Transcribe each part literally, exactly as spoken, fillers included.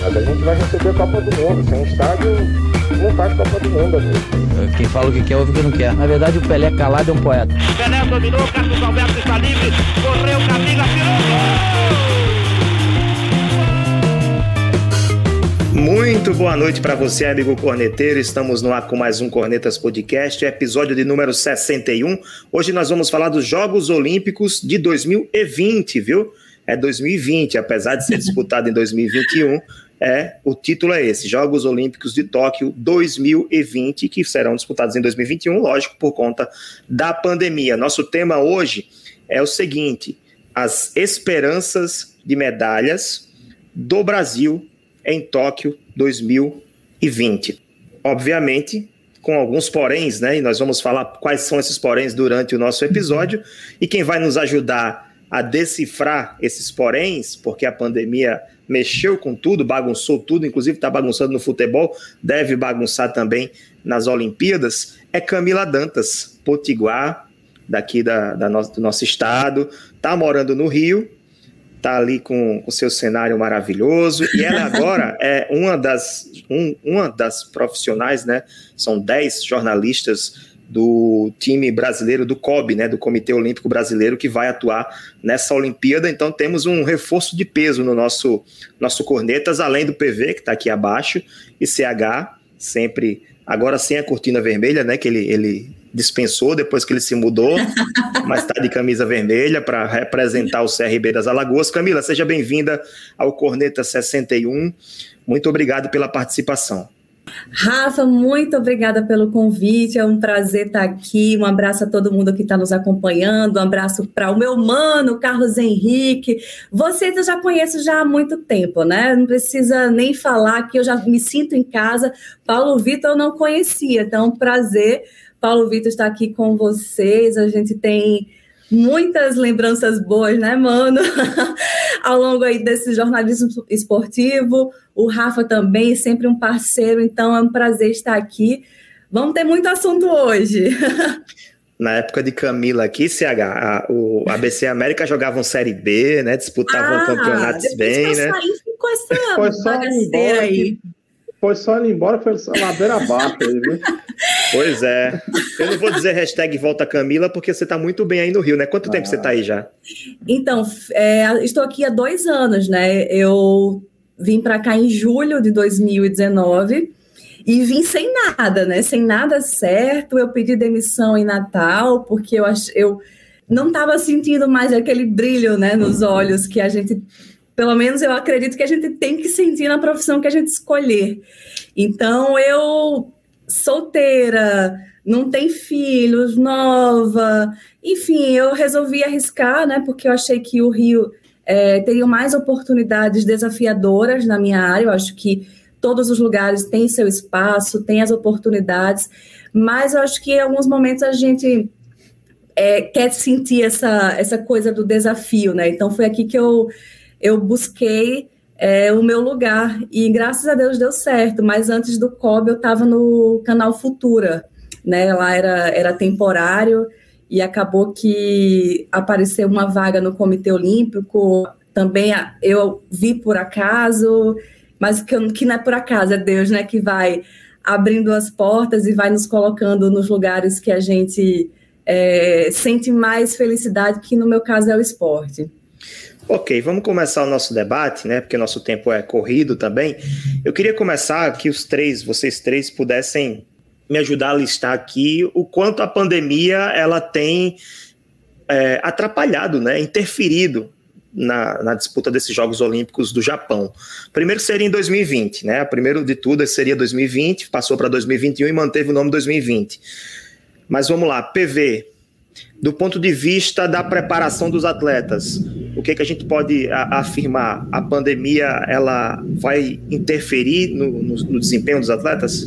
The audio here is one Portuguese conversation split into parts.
Mas a gente vai receber a Copa do Mundo. Sem estádio, não faz Copa do Mundo, amigo. Quem fala o que quer, ouve o que não quer. Na verdade, o Pelé calado é um poeta. Pelé dominou, Carlos Alberto está livre, correu, Camila, tirou gol! Muito boa noite para você, amigo corneteiro. Estamos no ar com mais um Cornetas Podcast, episódio de número sessenta e um. Hoje nós vamos falar dos Jogos Olímpicos de dois mil e vinte, viu? É dois mil e vinte, apesar de ser disputado em dois mil e vinte e um, é, o título é esse, Jogos Olímpicos de Tóquio dois mil e vinte, que serão disputados em dois mil e vinte e um, lógico, por conta da pandemia. Nosso tema hoje é o seguinte: as esperanças de medalhas do Brasil em Tóquio dois mil e vinte. Obviamente, com alguns poréns, né? E nós vamos falar quais são esses poréns durante o nosso episódio. E quem vai nos ajudar a decifrar esses poréns, porque a pandemia mexeu com tudo, bagunçou tudo, inclusive está bagunçando no futebol, deve bagunçar também nas Olimpíadas, é Camila Dantas, potiguar, daqui da, da no, do nosso estado, está morando no Rio, está ali com o seu cenário maravilhoso, e ela agora é uma das, um, uma das profissionais, né? São dez jornalistas do time brasileiro, do C O B, né, do Comitê Olímpico Brasileiro, que vai atuar nessa Olimpíada. Então temos um reforço de peso no nosso, nosso Cornetas, além do P V, que está aqui abaixo, e C H, sempre, agora sem a cortina vermelha, né, que ele, ele dispensou depois que ele se mudou, mas está de camisa vermelha para representar o C R B das Alagoas. Camila, seja bem-vinda ao Cornetas sessenta e um, muito obrigado pela participação. Rafa, muito obrigada pelo convite, é um prazer estar aqui, um abraço a todo mundo que está nos acompanhando, um abraço para o meu mano, Carlos Henrique, vocês eu já conheço já há muito tempo, né, não precisa nem falar que eu já me sinto em casa. Paulo Vitor eu não conhecia, então é um prazer, Paulo Vitor, estar aqui com vocês. A gente tem muitas lembranças boas, né, mano? Ao longo aí desse jornalismo esportivo. O Rafa também, sempre um parceiro, então é um prazer estar aqui. Vamos ter muito assunto hoje. Na época de Camila aqui, C H, a, o A B C América jogavam Série B, né? Disputavam ah, campeonatos bem, né? Saí, ficou essa foi só embora aí. Que, foi só ele embora, foi ladeira abaixo aí, viu? Pois é. Eu não vou dizer hashtag volta Camila, porque você está muito bem aí no Rio, né? Quanto ah. tempo você está aí já? Então, é, estou aqui há dois anos, né? Eu vim para cá em julho de dois mil e dezenove e vim sem nada, né? Sem nada certo. Eu pedi demissão em Natal, porque eu, ach... eu não estava sentindo mais aquele brilho, né, nos olhos que a gente... Pelo menos eu acredito que a gente tem que sentir na profissão que a gente escolher. Então, eu... solteira, não tem filhos, nova, enfim, eu resolvi arriscar, né, porque eu achei que o Rio é, teria mais oportunidades desafiadoras na minha área. Eu acho que todos os lugares têm seu espaço, têm as oportunidades, mas eu acho que em alguns momentos a gente é, quer sentir essa, essa coisa do desafio, né, então foi aqui que eu, eu busquei É, o meu lugar, e graças a Deus deu certo. Mas antes do C O B eu estava no canal Futura, né? Lá era, era temporário, e acabou que apareceu uma vaga no Comitê Olímpico, também eu vi por acaso, mas que, que não é por acaso, é Deus, né, que vai abrindo as portas e vai nos colocando nos lugares que a gente é, sente mais felicidade, que no meu caso é o esporte. Ok, vamos começar o nosso debate, né? Porque nosso tempo é corrido também. Eu queria começar que os três, vocês três, pudessem me ajudar a listar aqui o quanto a pandemia ela tem é, atrapalhado, né? Interferido na, na disputa desses Jogos Olímpicos do Japão. Primeiro seria em dois mil e vinte, né? Primeiro de tudo seria dois mil e vinte, passou para dois mil e vinte e um e manteve o nome dois mil e vinte. Mas vamos lá, P V. Do ponto de vista da preparação dos atletas, o que, que a gente pode a, afirmar? A pandemia ela vai interferir no, no, no desempenho dos atletas?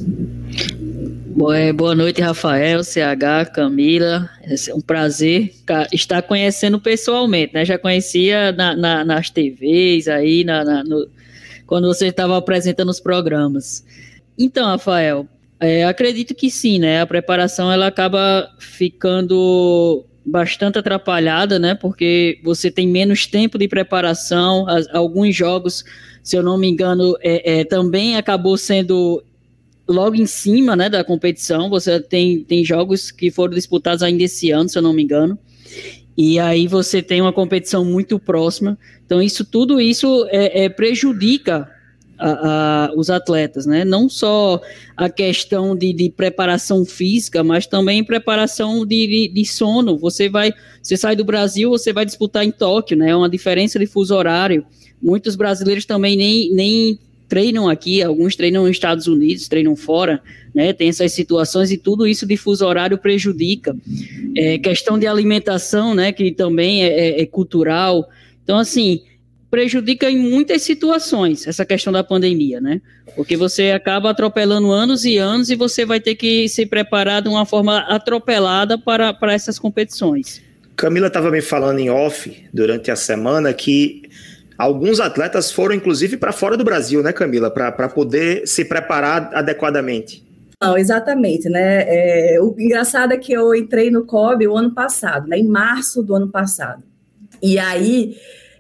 Boa noite, Rafael, C H, Camila. É um prazer estar conhecendo pessoalmente, né? Já conhecia na, na, nas T Vs, aí, na, na, no, quando você estava apresentando os programas. Então, Rafael, é, acredito que sim, né? A preparação ela acaba ficando bastante atrapalhada, né? Porque você tem menos tempo de preparação, as, alguns jogos se eu não me engano, é, é, também acabou sendo logo em cima, né, da competição. Você tem, tem jogos que foram disputados ainda esse ano, se eu não me engano, e aí você tem uma competição muito próxima. Então, isso, tudo isso é, é, prejudica a, a, os atletas, né? Não só a questão de, de preparação física, mas também preparação de, de, de sono. Você vai, você sai do Brasil, você vai disputar em Tóquio, né? É uma diferença de fuso horário. Muitos brasileiros também nem, nem treinam aqui, alguns treinam nos Estados Unidos, treinam fora, né? Tem essas situações e tudo isso de fuso horário prejudica. É, questão de alimentação, né? Que também é, é, é cultural. Então, assim, prejudica em muitas situações essa questão da pandemia, né? Porque você acaba atropelando anos e anos e você vai ter que se preparar de uma forma atropelada para, para essas competições. Camila estava me falando em off durante a semana que alguns atletas foram, inclusive, para fora do Brasil, né, Camila? Para poder se preparar adequadamente. Não, exatamente, né? É, o engraçado é que eu entrei no C O B o ano passado, né, em março do ano passado. E aí,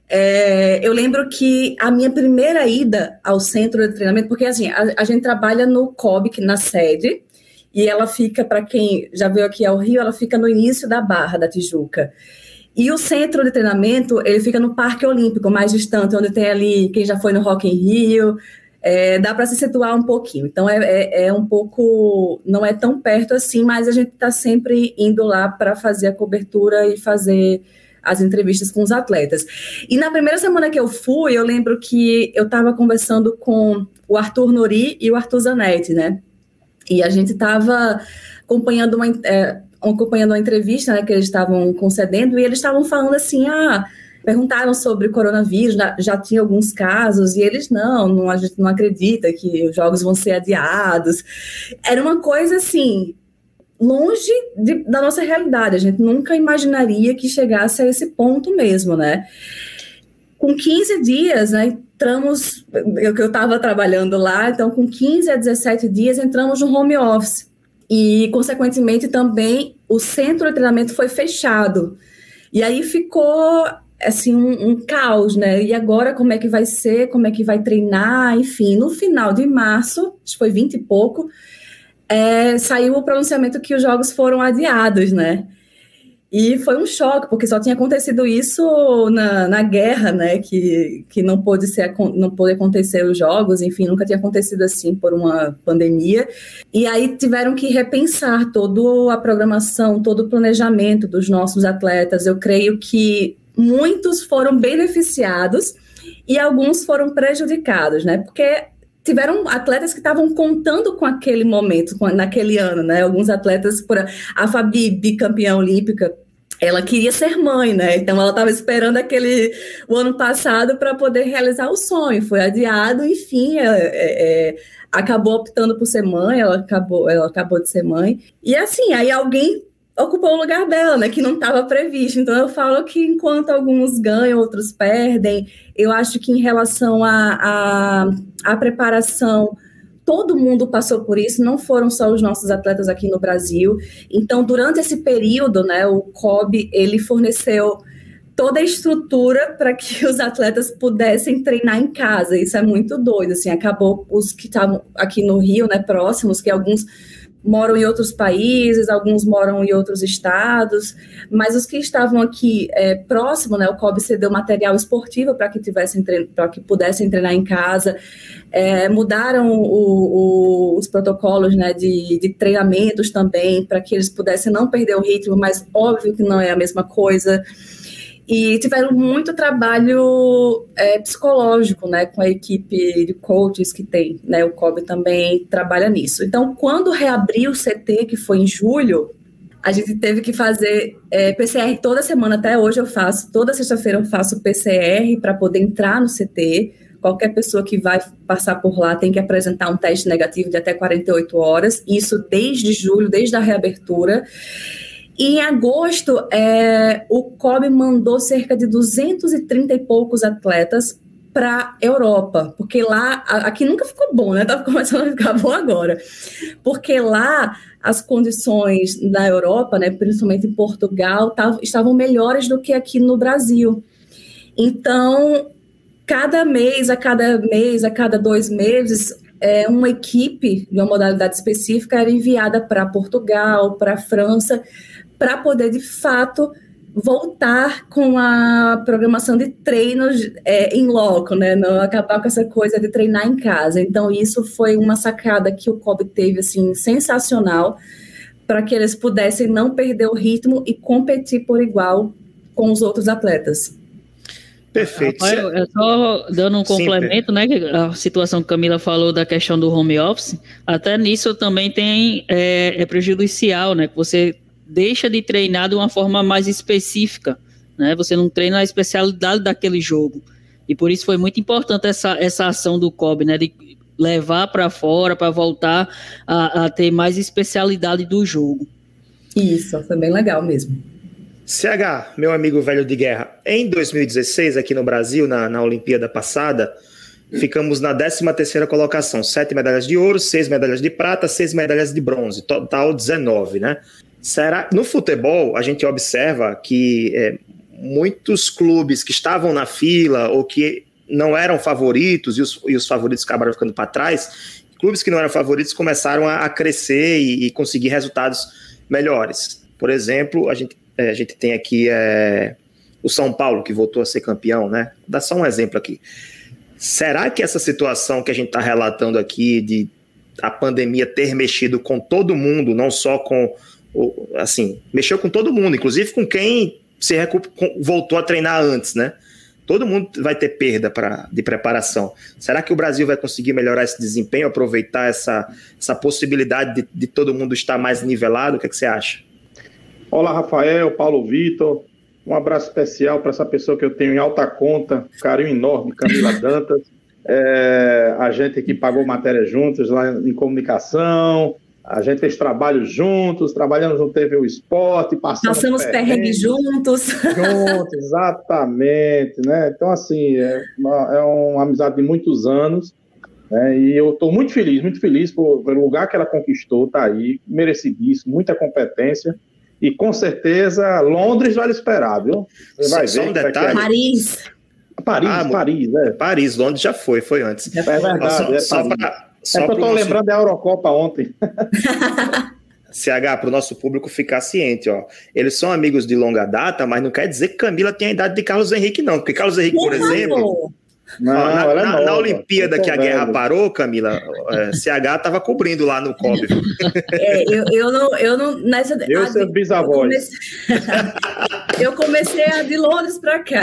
é, eu lembro que a minha primeira ida ao centro de treinamento, porque assim, a, a gente trabalha no C O B, na sede, e ela fica, para quem já veio aqui ao Rio, ela fica no início da Barra da Tijuca. E o centro de treinamento, ele fica no Parque Olímpico, mais distante, onde tem ali, quem já foi no Rock in Rio, é, dá para se situar um pouquinho. Então, é, é, é um pouco, não é tão perto assim, mas a gente está sempre indo lá para fazer a cobertura e fazer as entrevistas com os atletas. E na primeira semana que eu fui, eu lembro que eu estava conversando com o Arthur Nori e o Arthur Zanetti, né? E a gente estava acompanhando uma... É, acompanhando uma entrevista, né, que eles estavam concedendo, e eles estavam falando assim, ah, perguntaram sobre o coronavírus, já, já tinha alguns casos, e eles, não, não, a gente não acredita que os jogos vão ser adiados. Era uma coisa, assim, longe de, da nossa realidade, a gente nunca imaginaria que chegasse a esse ponto mesmo, né. Com quinze dias, né, entramos, eu que eu estava trabalhando lá, então com quinze a dezessete dias entramos no home office. E, consequentemente, também o centro de treinamento foi fechado. E aí ficou, assim, um, um caos, né? E agora, como é que vai ser? Como é que vai treinar? Enfim, no final de março, acho que foi vinte e pouco, é, saiu o pronunciamento que os jogos foram adiados, né? E foi um choque, porque só tinha acontecido isso na, na guerra, né, que, que não pôde ser, não pôde acontecer os jogos, enfim, nunca tinha acontecido assim por uma pandemia, e aí tiveram que repensar toda a programação, todo o planejamento dos nossos atletas. Eu creio que muitos foram beneficiados e alguns foram prejudicados, né, porque tiveram atletas que estavam contando com aquele momento, com, naquele ano, né? Alguns atletas, por a Fabi, bicampeã olímpica, ela queria ser mãe, né? Então ela estava esperando aquele o ano passado para poder realizar o sonho. Foi adiado, enfim, é, é, acabou optando por ser mãe, ela acabou, ela acabou de ser mãe. E assim, aí alguém ocupou o lugar dela, né, que não estava previsto. Então eu falo que enquanto alguns ganham, outros perdem, eu acho que em relação à a, a, a preparação, todo mundo passou por isso, não foram só os nossos atletas aqui no Brasil. Então, durante esse período, né, o C O B, ele forneceu toda a estrutura para que os atletas pudessem treinar em casa. Isso é muito doido, assim, acabou os que estavam aqui no Rio, né, próximos, que alguns moram em outros países, alguns moram em outros estados, mas os que estavam aqui é, próximo, né, o C O B cedeu material esportivo para que tivessem para que pudessem treinar em casa, é, mudaram o, o, os protocolos, né, de, de treinamentos também, para que eles pudessem não perder o ritmo, mas óbvio que não é a mesma coisa. E tiveram muito trabalho é, psicológico, né, com a equipe de coaches que tem, né, o C O B também trabalha nisso. Então, quando reabriu o C T, que foi em julho, a gente teve que fazer é, P C R toda semana, até hoje eu faço, toda sexta-feira eu faço P C R para poder entrar no C T. Qualquer pessoa que vai passar por lá tem que apresentar um teste negativo de até quarenta e oito horas, isso desde julho, desde a reabertura. E em agosto, é, o C O B mandou cerca de duzentos e trinta e poucos atletas para a Europa, porque lá, aqui nunca ficou bom, né? Estava começando a ficar bom agora, porque lá as condições na Europa, né, principalmente em Portugal, tavam, estavam melhores do que aqui no Brasil. Então, cada mês, a cada mês, a cada dois meses, é, uma equipe de uma modalidade específica era enviada para Portugal, para França, para poder, de fato, voltar com a programação de treinos é, em loco, né? Não acabar com essa coisa de treinar em casa. Então, isso foi uma sacada que o C O B teve, assim, sensacional, para que eles pudessem não perder o ritmo e competir por igual com os outros atletas. Perfeito. Rafael, é só dando um complemento, Sim, né? Que a situação que a Camila falou da questão do home office, até nisso também tem, é, é prejudicial, né? Que você deixa de treinar de uma forma mais específica, né? Você não treina a especialidade daquele jogo. E por isso foi muito importante essa, essa ação do C O B, né? De levar para fora, para voltar a, a ter mais especialidade do jogo. Isso, foi bem legal mesmo. C H, meu amigo velho de guerra, em dois mil e dezesseis, aqui no Brasil, na, na Olimpíada passada, ficamos na décima terceira colocação, sete medalhas de ouro, seis medalhas de prata, seis medalhas de bronze, total dezenove, né? Será? No futebol, a gente observa que é, muitos clubes que estavam na fila ou que não eram favoritos e os, e os favoritos acabaram ficando para trás, clubes que não eram favoritos começaram a, a crescer e, e conseguir resultados melhores. Por exemplo, a gente, é, a gente tem aqui é, o São Paulo, que voltou a ser campeão, né? Vou dar só um exemplo aqui. Será que essa situação que a gente está relatando aqui de a pandemia ter mexido com todo mundo, não só com assim, mexeu com todo mundo, inclusive com quem se recup- voltou a treinar antes, né? Todo mundo vai ter perda pra, de preparação. Será que o Brasil vai conseguir melhorar esse desempenho, aproveitar essa, essa possibilidade de, de todo mundo estar mais nivelado? O que, é que você acha? Olá, Rafael, Paulo Vitor, um abraço especial para essa pessoa que eu tenho em alta conta, um carinho enorme, Camila Dantas, é, a gente que pagou matéria juntos lá em comunicação. A gente fez trabalho juntos, trabalhamos no T V O Esporte, passamos Passamos perrengues juntos. Juntos, exatamente, né? Então, assim, é uma, é uma amizade de muitos anos, né? E eu estou muito feliz, muito feliz por, pelo lugar que ela conquistou, tá aí, merecidíssimo, muita competência, e com certeza Londres vai esperar, viu? Você vai só ver. Um detalhe. Paris. Paris, ah, Paris, é. Paris, Londres já foi, foi antes. É verdade, só, é só Paris. pra... Só é que eu estou nosso... lembrando da Eurocopa ontem. C H, para o nosso público ficar ciente, ó. Eles são amigos de longa data, mas não quer dizer que Camila tem a idade de Carlos Henrique, não. Porque Carlos Henrique, por exemplo, não, ó, na, ela é na, nova, na Olimpíada que a velho. guerra parou, Camila, é, C H estava cobrindo lá no C O B. É, eu, eu não... Eu não nessa, eu e seus bisavós. Eu comecei, eu comecei a de Londres para cá.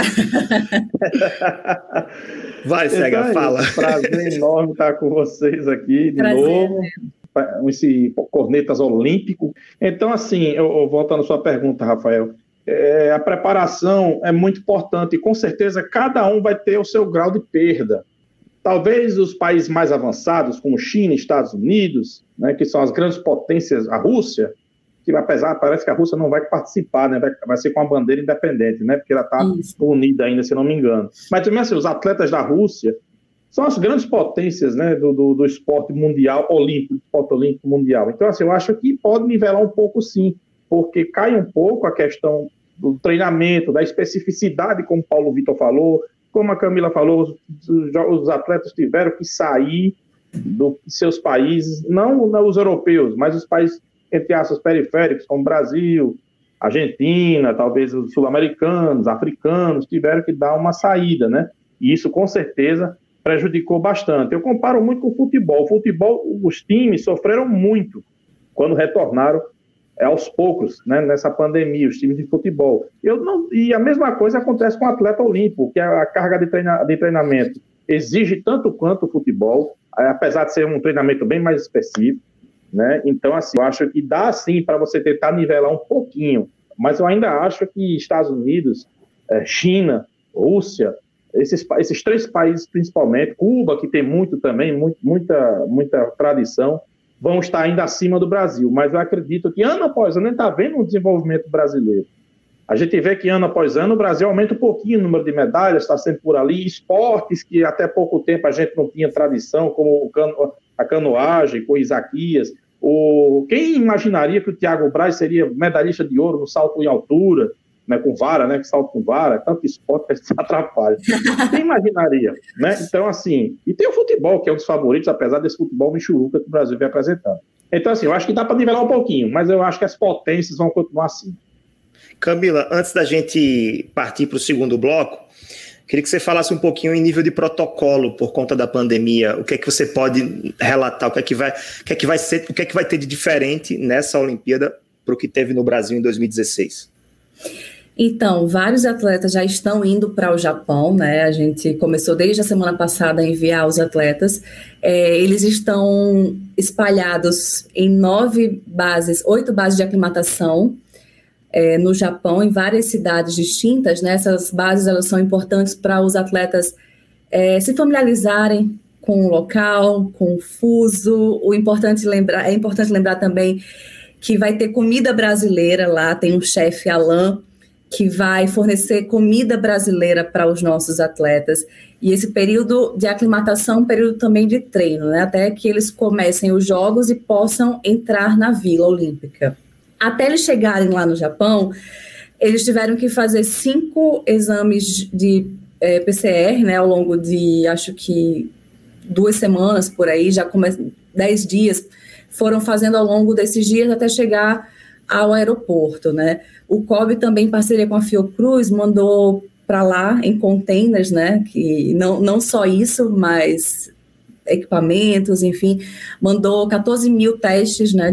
Vai, C H, então, fala. É um prazer enorme estar com vocês aqui de prazer, novo, né? Esse Cornetas Olímpico. Então, assim, eu, eu voltando à sua pergunta, Rafael, é, a preparação é muito importante e, com certeza, cada um vai ter o seu grau de perda. Talvez os países mais avançados, como China e Estados Unidos, né, que são as grandes potências, a Rússia, que apesar, parece que a Rússia não vai participar, né? vai, vai ser com a bandeira independente, né? Porque ela está unida ainda, se não me engano. Mas também, assim, os atletas da Rússia são as grandes potências, né, do, do, do esporte mundial, olímpico, esporte olímpico mundial. Então, assim, eu acho que pode nivelar um pouco, sim, porque cai um pouco a questão do treinamento, da especificidade, como o Paulo Vitor falou, como a Camila falou, os, os atletas tiveram que sair dos seus países, não, não os europeus, mas os países, entre aspas, periféricos, como Brasil, Argentina, talvez os sul-americanos, africanos, tiveram que dar uma saída, né? E isso, com certeza, prejudicou bastante. Eu comparo muito com o futebol. O futebol, os times sofreram muito quando retornaram é, aos poucos, né, nessa pandemia, os times de futebol. Eu não, e a mesma coisa acontece com o atleta olímpico, que a carga de, treina, de treinamento exige tanto quanto o futebol, apesar de ser um treinamento bem mais específico, né? Então, assim, eu acho que dá sim para você tentar nivelar um pouquinho, mas eu ainda acho que Estados Unidos, é, China, Rússia, esses, esses três países principalmente, Cuba, que tem muito também, muito, muita, muita tradição, vão estar ainda acima do Brasil, mas eu acredito que ano após ano a gente está vendo um desenvolvimento brasileiro. A gente vê que ano após ano o Brasil aumenta um pouquinho o número de medalhas, está sempre por ali, esportes que até pouco tempo a gente não tinha tradição, como a canoagem, com Isaquias. O... Quem imaginaria que o Thiago Braz seria medalhista de ouro no salto em altura? né, com vara, né, que salto com vara, tanto esporte que se atrapalha. Quem imaginaria, né? Então, assim, e tem o futebol, que é um dos favoritos, apesar desse futebol michuruca que o Brasil vem apresentando. Então, assim, eu acho que dá para nivelar um pouquinho, mas eu acho que as potências vão continuar assim. Camila, antes da gente partir para o segundo bloco, queria que você falasse um pouquinho em nível de protocolo por conta da pandemia. O que é que você pode relatar? O que é que vai, o que é que vai ser, o que é que vai ter de diferente nessa Olimpíada para o que teve no Brasil em dois mil e dezesseis? Então, vários atletas já estão indo para o Japão, né? A gente começou desde a semana passada a enviar os atletas. É, eles estão espalhados em nove bases, oito bases de aclimatação é, no Japão, em várias cidades distintas, né? Essas bases, elas são importantes para os atletas é, se familiarizarem com o local, com o fuso. O importante lembrar, é importante lembrar também que vai ter comida brasileira lá, tem um chefe Alain, que vai fornecer comida brasileira para os nossos atletas. E esse período de aclimatação é um período também de treino, né? Até que eles comecem os jogos e possam entrar na Vila Olímpica. Até eles chegarem lá no Japão, eles tiveram que fazer cinco exames de é, P C R, né? Ao longo de, acho que, duas semanas por aí, já come... dez dias, foram fazendo ao longo desses dias até chegar ao aeroporto, né? O C O B também, em parceria com a Fiocruz, mandou para lá em containers, né? Que não, não só isso, mas equipamentos, enfim, mandou catorze mil testes, né,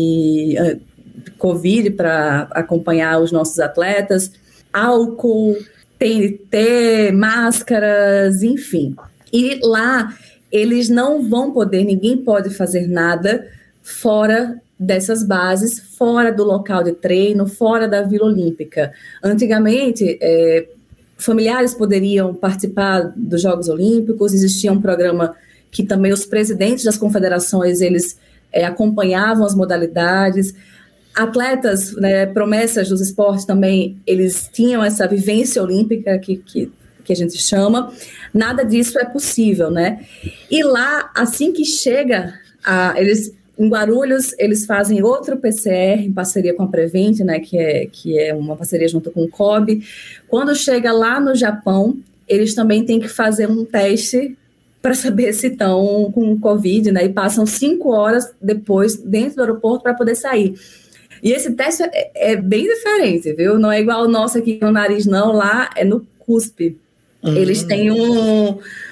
de uh, Covid para acompanhar os nossos atletas, álcool, T N T, máscaras, enfim. E lá eles não vão poder, ninguém pode fazer nada fora dessas bases, fora do local de treino, fora da Vila Olímpica. Antigamente, é, familiares poderiam participar dos Jogos Olímpicos, existia um programa que também os presidentes das confederações, eles é, acompanhavam as modalidades. Atletas, né, promessas dos esportes também, eles tinham essa vivência olímpica que, que, que a gente chama. Nada disso é possível, né? E lá, assim que chega, a, eles... Em Guarulhos, eles fazem outro P C R em parceria com a Prevent, né, que é, que é uma parceria junto com o C O B. Quando chega lá no Japão, eles também têm que fazer um teste para saber se estão com Covid, né, e passam cinco horas depois dentro do aeroporto para poder sair. E esse teste é, é bem diferente, viu? Não é igual o nosso aqui no nariz, não. Lá é no cuspe. Uhum. Eles têm um,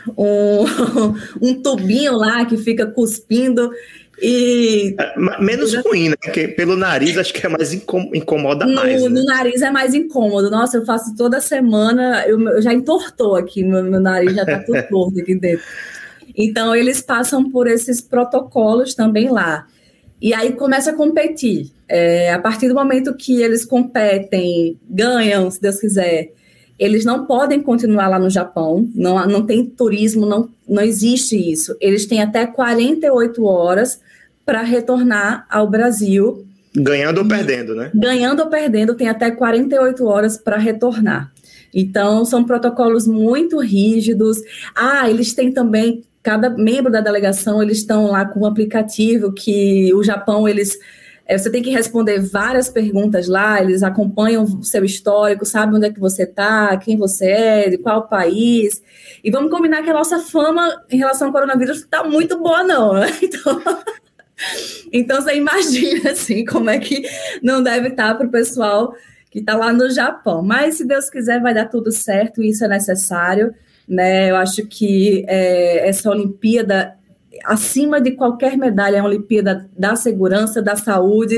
um, um tubinho lá que fica cuspindo. E menos ruim, né? Porque pelo nariz acho que é mais incom- incomoda no, mais. Né? No nariz é mais incômodo. Nossa, eu faço toda semana, eu, eu já entortou aqui, meu, meu nariz já tá tudo torto aqui dentro. Então, eles passam por esses protocolos também lá. E aí começa a competir. É, a partir do momento que eles competem, ganham, se Deus quiser, eles não podem continuar lá no Japão, não, não tem turismo, não, não existe isso. Eles têm até quarenta e oito horas para retornar ao Brasil. Ganhando ou perdendo, né? Ganhando ou perdendo, tem até quarenta e oito horas para retornar. Então, são protocolos muito rígidos. Ah, eles têm também, cada membro da delegação, eles estão lá com um aplicativo que o Japão, eles... É, você tem que responder várias perguntas lá, eles acompanham o seu histórico, sabem onde é que você está, quem você é, de qual país. E vamos combinar que a nossa fama em relação ao coronavírus está muito boa, não, né? Então, então, você imagina, assim, como é que não deve estar para o pessoal que está lá no Japão. Mas, se Deus quiser, vai dar tudo certo, isso é necessário, né? Eu acho que é, essa Olimpíada... acima de qualquer medalha, é a Olimpíada da segurança, da saúde,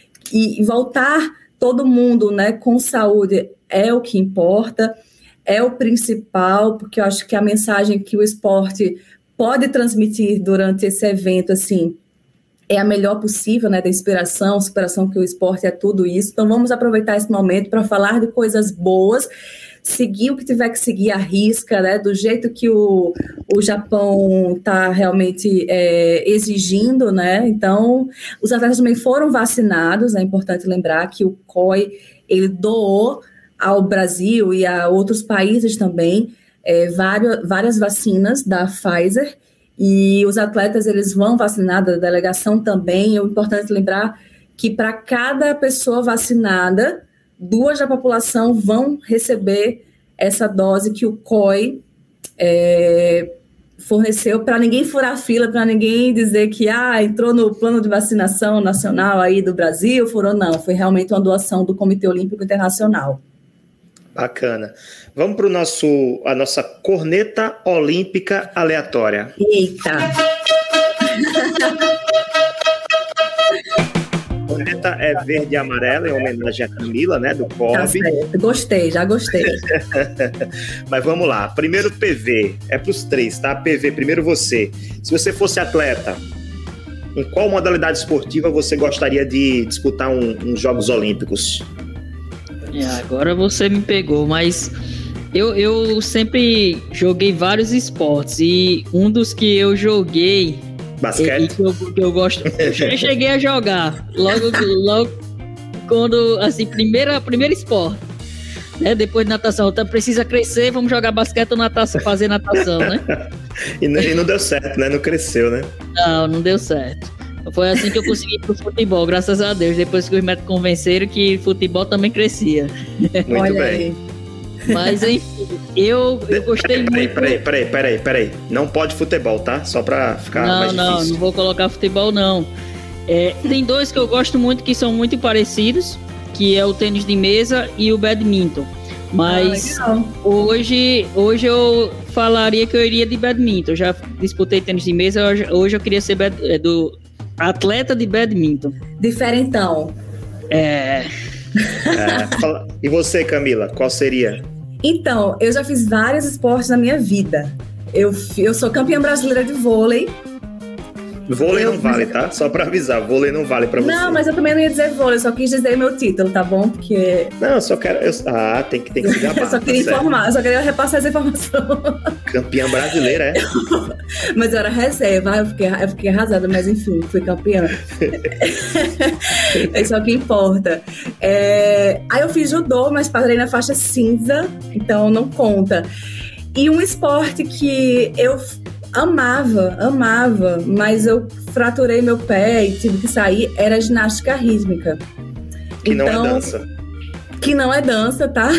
e voltar todo mundo, né, com saúde é o que importa, é o principal, porque eu acho que a mensagem que o esporte pode transmitir durante esse evento, assim, é a melhor possível, né, da inspiração, inspiração que o esporte é tudo isso. Então vamos aproveitar esse momento para falar de coisas boas, seguir o que tiver que seguir à risca, né, do jeito que o, o Japão está realmente é, exigindo, né. Então, os atletas também foram vacinados, é importante lembrar que o C O I, ele doou ao Brasil e a outros países também é, várias, várias vacinas da Pfizer, e os atletas, eles vão vacinar, da delegação também. É importante lembrar que para cada pessoa vacinada, duas da população vão receber essa dose que o C O I é, forneceu, para ninguém furar a fila, para ninguém dizer que ah, entrou no plano de vacinação nacional aí do Brasil, furou, não, foi realmente uma doação do Comitê Olímpico Internacional. Bacana. Vamos para nosso a nossa corneta olímpica aleatória. Eita! A corneta é verde e amarela, em homenagem à Camila, né, do C O B. Tá certo. Gostei, já gostei. Mas vamos lá. Primeiro P V, é para os três, tá? P V, primeiro você. Se você fosse atleta, em qual modalidade esportiva você gostaria de disputar um, uns Jogos Olímpicos? É, agora você me pegou, mas eu, eu sempre joguei vários esportes e um dos que eu joguei, basquete, e que eu, que eu gosto, eu cheguei a jogar logo, logo quando, assim, primeira, primeiro esporte, né? Depois de natação, então precisa crescer, vamos jogar basquete ou natação, fazer natação, né? e, não, e não deu certo, né? Não cresceu, né? Não, não deu certo. Foi assim que eu consegui ir pro futebol, graças a Deus, depois que os médicos convenceram que futebol também crescia. Muito Olha bem. Aí. Mas enfim, eu, eu gostei peraí, muito... Peraí, peraí, peraí, peraí. Não pode futebol, tá? Só pra ficar não, mais não, difícil. não vou colocar futebol, não. É, tem dois que eu gosto muito, que são muito parecidos, que é o tênis de mesa e o badminton. Mas ah, hoje, hoje eu falaria que eu iria de badminton. Eu já disputei tênis de mesa, hoje, hoje eu queria ser bad, é, do atleta de badminton. Diferentão. É... é fala... E você, Camila, qual seria? Então, eu já fiz vários esportes na minha vida. Eu, eu sou campeã brasileira de vôlei. Vôlei eu... não vale, tá? Só pra avisar, vôlei não vale pra você. Não, mas eu também não ia dizer vôlei, eu só quis dizer meu título, tá bom? Porque... Não, eu só quero... Eu... Ah, tem que, tem que se gabar. eu só queria tá informar, certo. eu só queria repassar essa informação. Campeã brasileira, é? Mas eu era reserva, eu fiquei, eu fiquei arrasada, mas enfim, fui campeã. É só o que importa. É... Aí eu fiz judô, mas parei na faixa cinza, então não conta. E um esporte que eu amava, amava, mas eu fraturei meu pé e tive que sair, era ginástica rítmica. Que então, não é dança. Que não é dança, tá?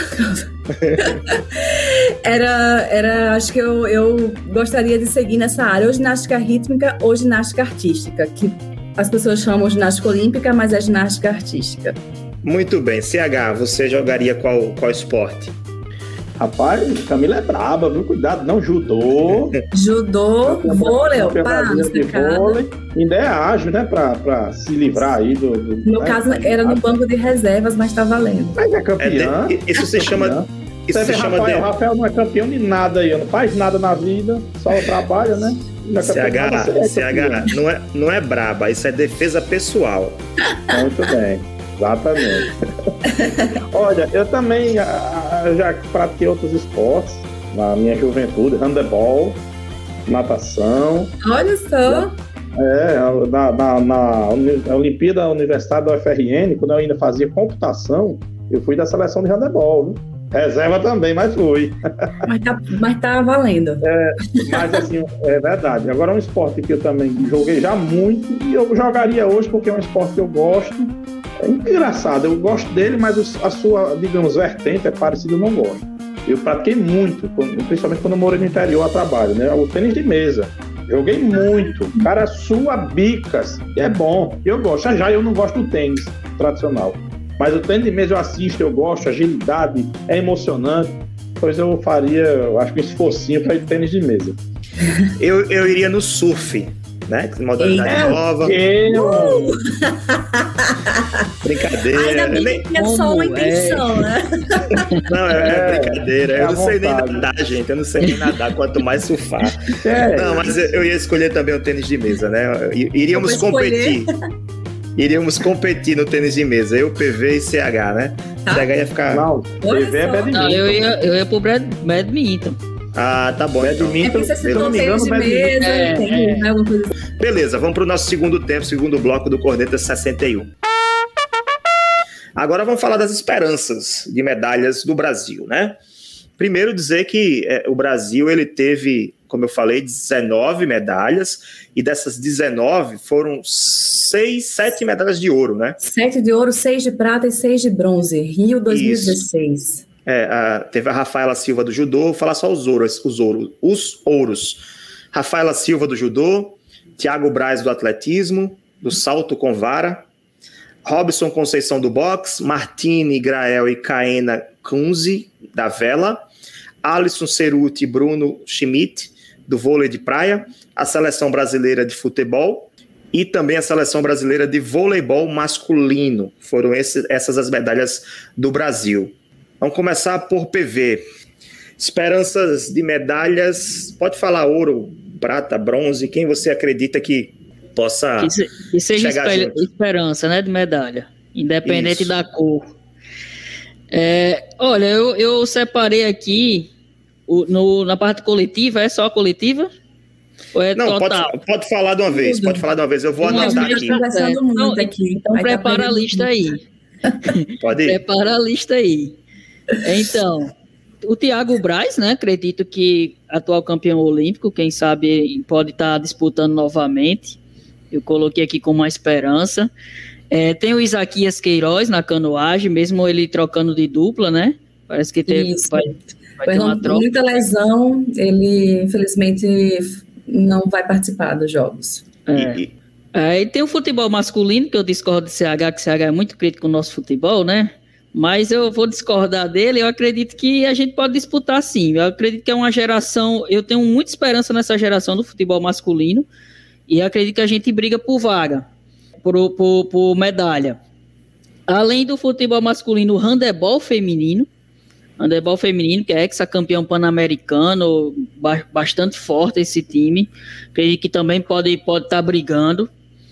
era, era, acho que eu, eu gostaria de seguir nessa área, ou ginástica rítmica ou ginástica artística, que as pessoas chamam ginástica olímpica, mas é ginástica artística. Muito bem. C H, você jogaria qual, qual esporte? Rapaz, Camila é braba, viu? Cuidado, não judô. Judô, vôlei, pá, de vôlei. Ainda é ágil, né? Pra, pra se livrar aí do... do no né? caso, era no banco de reservas, mas tá valendo. Mas é campeã. É de, isso se chama... Isso Você se vê, chama Rafael, de... Rafael não é campeão de nada aí, não faz nada na vida, só trabalha, né? C H, é C H não, é, não é braba, isso é defesa pessoal. Muito bem. Exatamente. Olha, eu também eu já pratiquei outros esportes na minha juventude, handebol, natação. Olha só. É, na, na, na Olimpíada Universitária da U F R N, quando eu ainda fazia computação, eu fui da seleção de handebol, viu? Reserva também, mas fui. Mas tá, mas tá valendo. É, mas assim, é verdade. Agora é um esporte que eu também joguei já muito e eu jogaria hoje porque é um esporte que eu gosto. É engraçado, eu gosto dele, mas a sua, digamos, vertente é parecida, eu não gosto. Eu pratiquei muito, principalmente quando eu morei no interior a trabalho, né? O tênis de mesa. Joguei muito. Cara, sua bicas. É bom. Eu gosto. Já já eu não gosto do tênis tradicional. Mas o tênis de mesa eu assisto, eu gosto, agilidade, é emocionante. Pois eu faria, eu acho que um esforcinho para ir de tênis de mesa. Eu, eu iria no surf. Né? Modalidade é, nova. Eu... Uh! Brincadeira. Ainda bem nem... que é só uma intenção, é. né? Não, é, é brincadeira. É eu não sei vontade. nem nadar, gente. Eu não sei nem nadar, quanto mais surfar. É. Não, mas eu ia escolher também o tênis de mesa, né? Iríamos competir. Iríamos competir no tênis de mesa. Eu, P V e C H, né? Tá. C H ia ficar... Não, P V é badminton. Não, eu ia, eu ia pro badminton. Ah, tá bom. Badminton, então. É se não me engano, de mesa, é, tem, é. alguma coisa assim. Beleza, vamos pro nosso segundo tempo, segundo bloco do Corneta sessenta e um. Agora vamos falar das esperanças de medalhas do Brasil, né? Primeiro dizer que é, o Brasil ele teve, como eu falei, dezenove medalhas, e dessas dezenove foram seis, sete medalhas de ouro, né? Sete de ouro, seis de prata e seis de bronze. Rio dois mil e dezesseis. Isso. É, a, teve a Rafaela Silva do judô, vou falar só os ouros, os ouros, os ouros. Rafaela Silva do judô, Thiago Braz do atletismo, do salto com vara, Robson Conceição do boxe, Martine Grael e Caena Kunze da vela, Alisson Ceruti e Bruno Schmidt do vôlei de praia, a seleção brasileira de futebol e também a seleção brasileira de voleibol masculino. Foram esse, essas as medalhas do Brasil. Vamos começar por P V. Esperanças de medalhas, pode falar ouro, prata, bronze, quem você acredita que possa que, se, que seja chegar esper, junto? Esperança, né, de medalha, independente Isso. da cor. É, olha, eu, eu separei aqui o, no, na parte coletiva, é só a coletiva? Ou é Não, total? pode, pode falar de uma vez, Tudo. pode falar de uma vez, eu vou Uma anotar vez aqui. Conversando muito Então, aqui. Então Vai prepara dar a lista aí. Pode ir. Prepara a lista aí. Então, o Thiago Braz, né? Acredito que atual campeão olímpico, quem sabe pode estar disputando novamente. Eu coloquei aqui com uma esperança. É, tem o Isaquias Queiroz na canoagem, mesmo ele trocando de dupla, né? Parece que teve, Isso. vai, vai ter uma troca. Muita lesão, ele infelizmente não vai participar dos jogos. É. E, É, e tem o futebol masculino, que eu discordo de C H, que C H é muito crítico com o nosso futebol, né? Mas eu vou discordar dele, eu acredito que a gente pode disputar sim. Eu acredito que é uma geração, eu tenho muita esperança nessa geração do futebol masculino, e acredito que a gente briga por vaga, por, por, por medalha. Além do futebol masculino, o handebol feminino, handebol feminino, que é ex-campeão pan-americano, ba- bastante forte esse time, acredito que também pode estar pode tá brigando.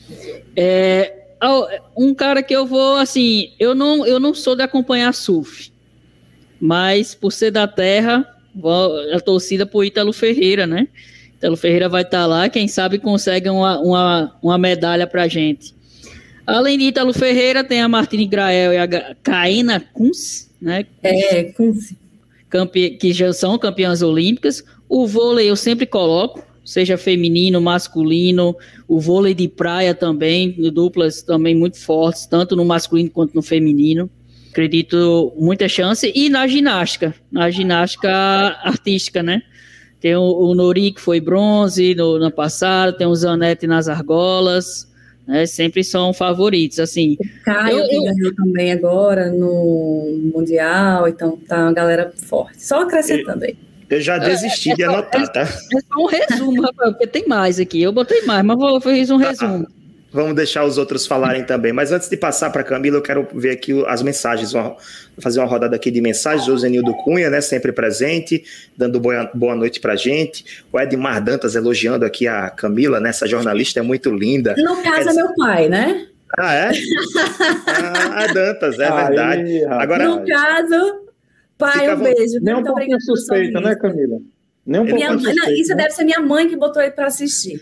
É, um cara que eu vou, assim, eu não, eu não sou de acompanhar surf, mas por ser da terra, vou, a torcida por Ítalo Ferreira, né? Ítalo Ferreira vai estar tá lá, quem sabe consegue uma, uma, uma medalha pra gente. Além de Ítalo Ferreira, tem a Martine Grael e a Caena Kunze, né? É, com... Campe... que já são campeãs olímpicas. O vôlei eu sempre coloco, seja feminino, masculino, o vôlei de praia também, duplas também muito fortes, tanto no masculino quanto no feminino. Acredito muita chance. E na ginástica, na ginástica artística, né? Tem o, o Nori, que foi bronze no ano passado, tem o Zanetti nas argolas, né? Sempre são favoritos, assim. O Caio, eu, que eu... ganhou também agora no Mundial, então tá uma galera forte. Só acrescentando aí. Eu já desisti é, é de anotar, é, tá? É só um resumo, Rafael, porque tem mais aqui. Eu botei mais, mas vou fazer um resumo. Ah, vamos deixar os outros falarem também. Mas antes de passar para a Camila, eu quero ver aqui as mensagens. Vou fazer uma rodada aqui de mensagens. Josenildo Cunha, né, sempre presente, dando boa, boa noite para a gente. O Edmar Dantas elogiando aqui a Camila, né? Essa jornalista é muito linda. No caso, é meu pai, né? Ah, é? Ah, a Dantas, é Aí, verdade. Agora, no caso... Pai, um beijo. Nem um pouquinho suspeita, né, Camila? Nem um minha pouquinho mãe, suspeita. não, isso né? deve ser minha mãe que botou ele para assistir.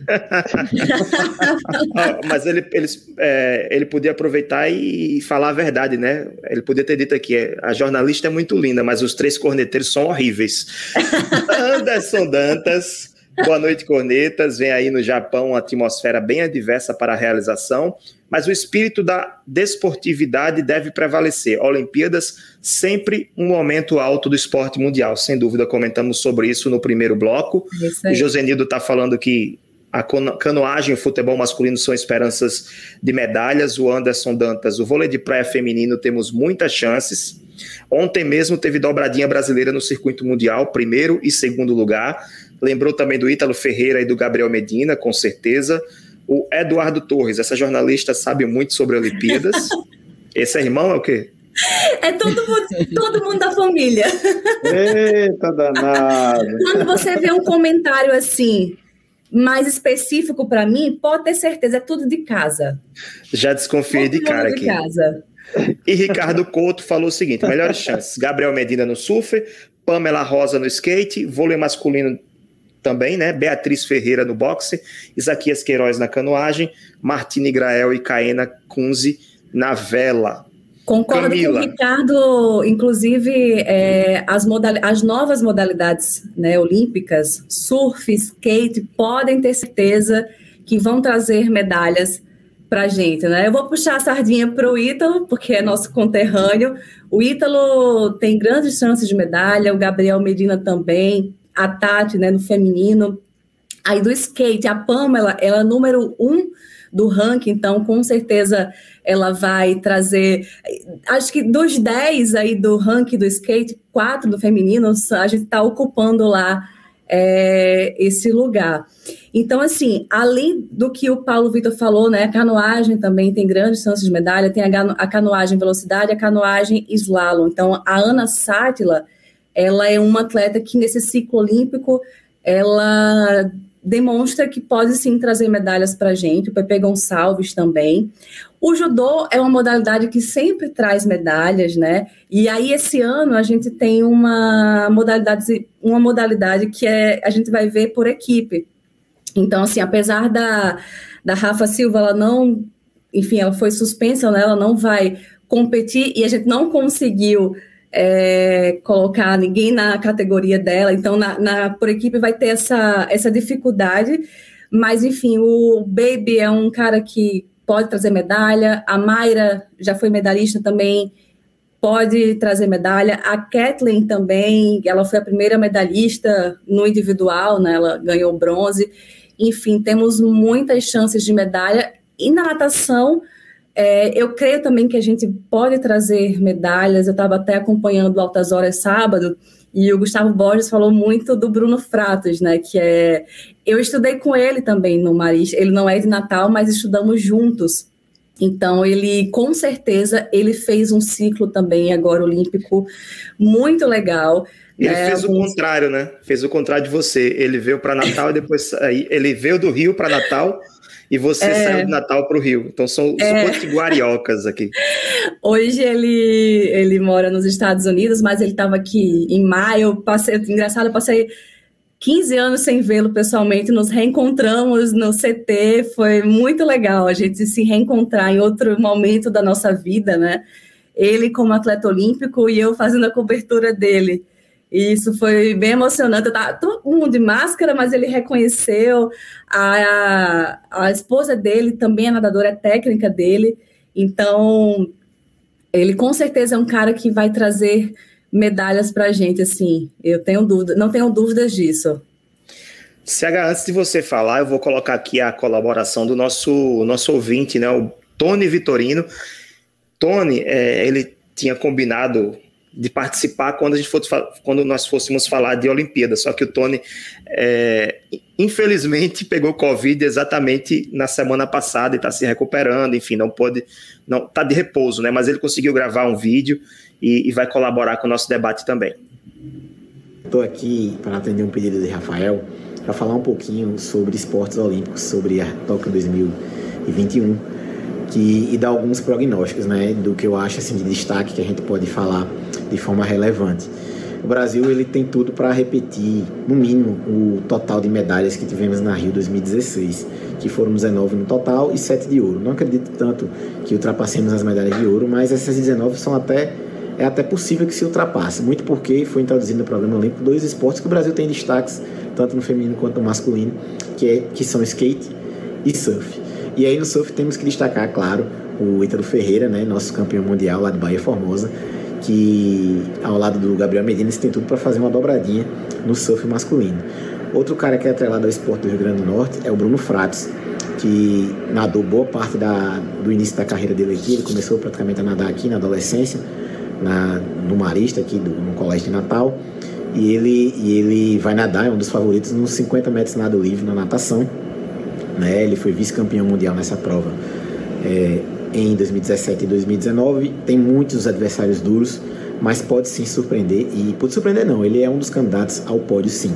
ah, mas ele, ele, é, ele podia aproveitar e falar a verdade, né? Ele podia ter dito aqui, a jornalista é muito linda, mas os três corneteiros são horríveis. Anderson Dantas, boa noite, cornetas. Vem aí no Japão uma atmosfera bem adversa para a realização, mas o espírito da desportividade deve prevalecer. Olimpíadas, sempre um momento alto do esporte mundial, sem dúvida, comentamos sobre isso no primeiro bloco. O Josenildo está falando que a canoagem e o futebol masculino são esperanças de medalhas. O Anderson Dantas, o vôlei de praia feminino, temos muitas chances. Ontem mesmo teve dobradinha brasileira no circuito mundial, primeiro e segundo lugar. Lembrou também do Ítalo Ferreira e do Gabriel Medina, com certeza. O Eduardo Torres, essa jornalista sabe muito sobre Olimpíadas. Esse é irmão, é o quê? É todo mundo, todo mundo da família. Eita danado. Quando você vê um comentário assim, mais específico para mim, pode ter certeza, é tudo de casa. Já desconfiei de cara de aqui. Casa. E Ricardo Couto falou o seguinte, melhores chances, Gabriel Medina no surf, Pamela Rosa no skate, vôlei masculino também, né? Beatriz Ferreira no boxe, Isaquias Queiroz na canoagem, Martine Grael e Caena Kunze na vela. Concordo Camila. com o Ricardo, inclusive é, as, modal, as novas modalidades, né, olímpicas, surf, skate, podem ter certeza que vão trazer medalhas pra gente, né? Eu vou puxar a sardinha pro Ítalo, porque é nosso conterrâneo. O Ítalo tem grandes chances de medalha, o Gabriel Medina também, a Tati, né, no feminino. Aí do skate, a Pamela, ela é número um do ranking, então com certeza ela vai trazer, acho que dos dez aí do ranking do skate, quatro do feminino, a gente está ocupando lá é, esse lugar. Então, assim, além do que o Paulo Vitor falou, né, a canoagem também tem grandes chances de medalha, tem a, a canoagem velocidade, a canoagem slalom. Então, a Ana Sátila, ela é uma atleta que nesse ciclo olímpico, ela demonstra que pode sim trazer medalhas para a gente, o Pepe Gonçalves também. O judô é uma modalidade que sempre traz medalhas, né? E aí esse ano a gente tem uma modalidade, uma modalidade que é, a gente vai ver por equipe. Então, assim, apesar da, da Rafa Silva, ela não, enfim, ela foi suspensa, né? Ela não vai competir e a gente não conseguiu É, colocar ninguém na categoria dela, então na, na, por equipe vai ter essa, essa dificuldade, mas enfim, o Baby é um cara que pode trazer medalha, a Mayra já foi medalhista também, pode trazer medalha, a Kathleen também, ela foi a primeira medalhista no individual, né, ela ganhou bronze, enfim, temos muitas chances de medalha, e na natação, É, eu creio também que a gente pode trazer medalhas. Eu estava até acompanhando o Altas Horas sábado e o Gustavo Borges falou muito do Bruno Fratos, né? Que é, eu estudei com ele também no Marista. Ele não é de Natal, mas estudamos juntos. Então ele, com certeza, ele fez um ciclo também agora olímpico muito legal. Ele né? fez o Alguns... contrário, né? Fez o contrário de você. Ele veio para Natal e depois ele veio do Rio para Natal. E você é. saiu de Natal para o Rio. Então, são os é. potiguariocas aqui. Hoje ele, ele mora nos Estados Unidos, mas ele estava aqui em maio. Passei, engraçado, eu passei quinze anos sem vê-lo pessoalmente. Nos reencontramos no C T. Foi muito legal a gente se reencontrar em outro momento da nossa vida, né? Ele como atleta olímpico e eu fazendo a cobertura dele. E isso foi bem emocionante. Eu tava todo mundo de máscara, mas ele reconheceu. A, a, a esposa dele também é nadadora, é técnica dele. Então, ele com certeza é um cara que vai trazer medalhas para a gente, assim. Eu tenho dúvida, não tenho dúvidas disso. C H, antes de você falar, eu vou colocar aqui a colaboração do nosso, nosso ouvinte, né, o Tony Vitorino. Tony, é, ele tinha combinado de participar quando, a gente fosse, quando nós fôssemos falar de Olimpíada, só que o Tony, é, infelizmente, pegou Covid exatamente na semana passada e está se recuperando, enfim, não pôde, não, está de repouso, né, mas ele conseguiu gravar um vídeo e, e vai colaborar com o nosso debate também. Estou aqui para atender um pedido de Rafael, para falar um pouquinho sobre esportes olímpicos, sobre a Tóquio dois mil e vinte e um, que, e dar alguns prognósticos, né, do que eu acho assim, de destaque que a gente pode falar de forma relevante. O Brasil ele tem tudo para repetir, no mínimo, o total de medalhas que tivemos na Rio dois mil e dezesseis, que foram dezenove no total e sete de ouro. Não acredito tanto que ultrapassemos as medalhas de ouro, mas essas dezenove são até, é até possível que se ultrapasse, muito porque foi introduzido no programa olímpico dois esportes que o Brasil tem destaques, tanto no feminino quanto no masculino, que, é, que são skate e surf. E aí no surf temos que destacar, claro, o Ítalo Ferreira, né, nosso campeão mundial lá de Bahia Formosa, que ao lado do Gabriel Medina tem tudo para fazer uma dobradinha no surf masculino. Outro cara que é atrelado ao esporte do Rio Grande do Norte é o Bruno Fratos, que nadou boa parte da, do início da carreira dele aqui. Ele começou praticamente a nadar aqui na adolescência, na, no Marista, aqui do, no Colégio de Natal, e ele, e ele vai nadar, é um dos favoritos, nos cinquenta metros nado livre na natação, né? Ele foi vice-campeão mundial nessa prova é, em dois mil e dezessete e dois mil e dezenove, tem muitos adversários duros, mas pode sim surpreender, e pode surpreender não, ele é um dos candidatos ao pódio sim.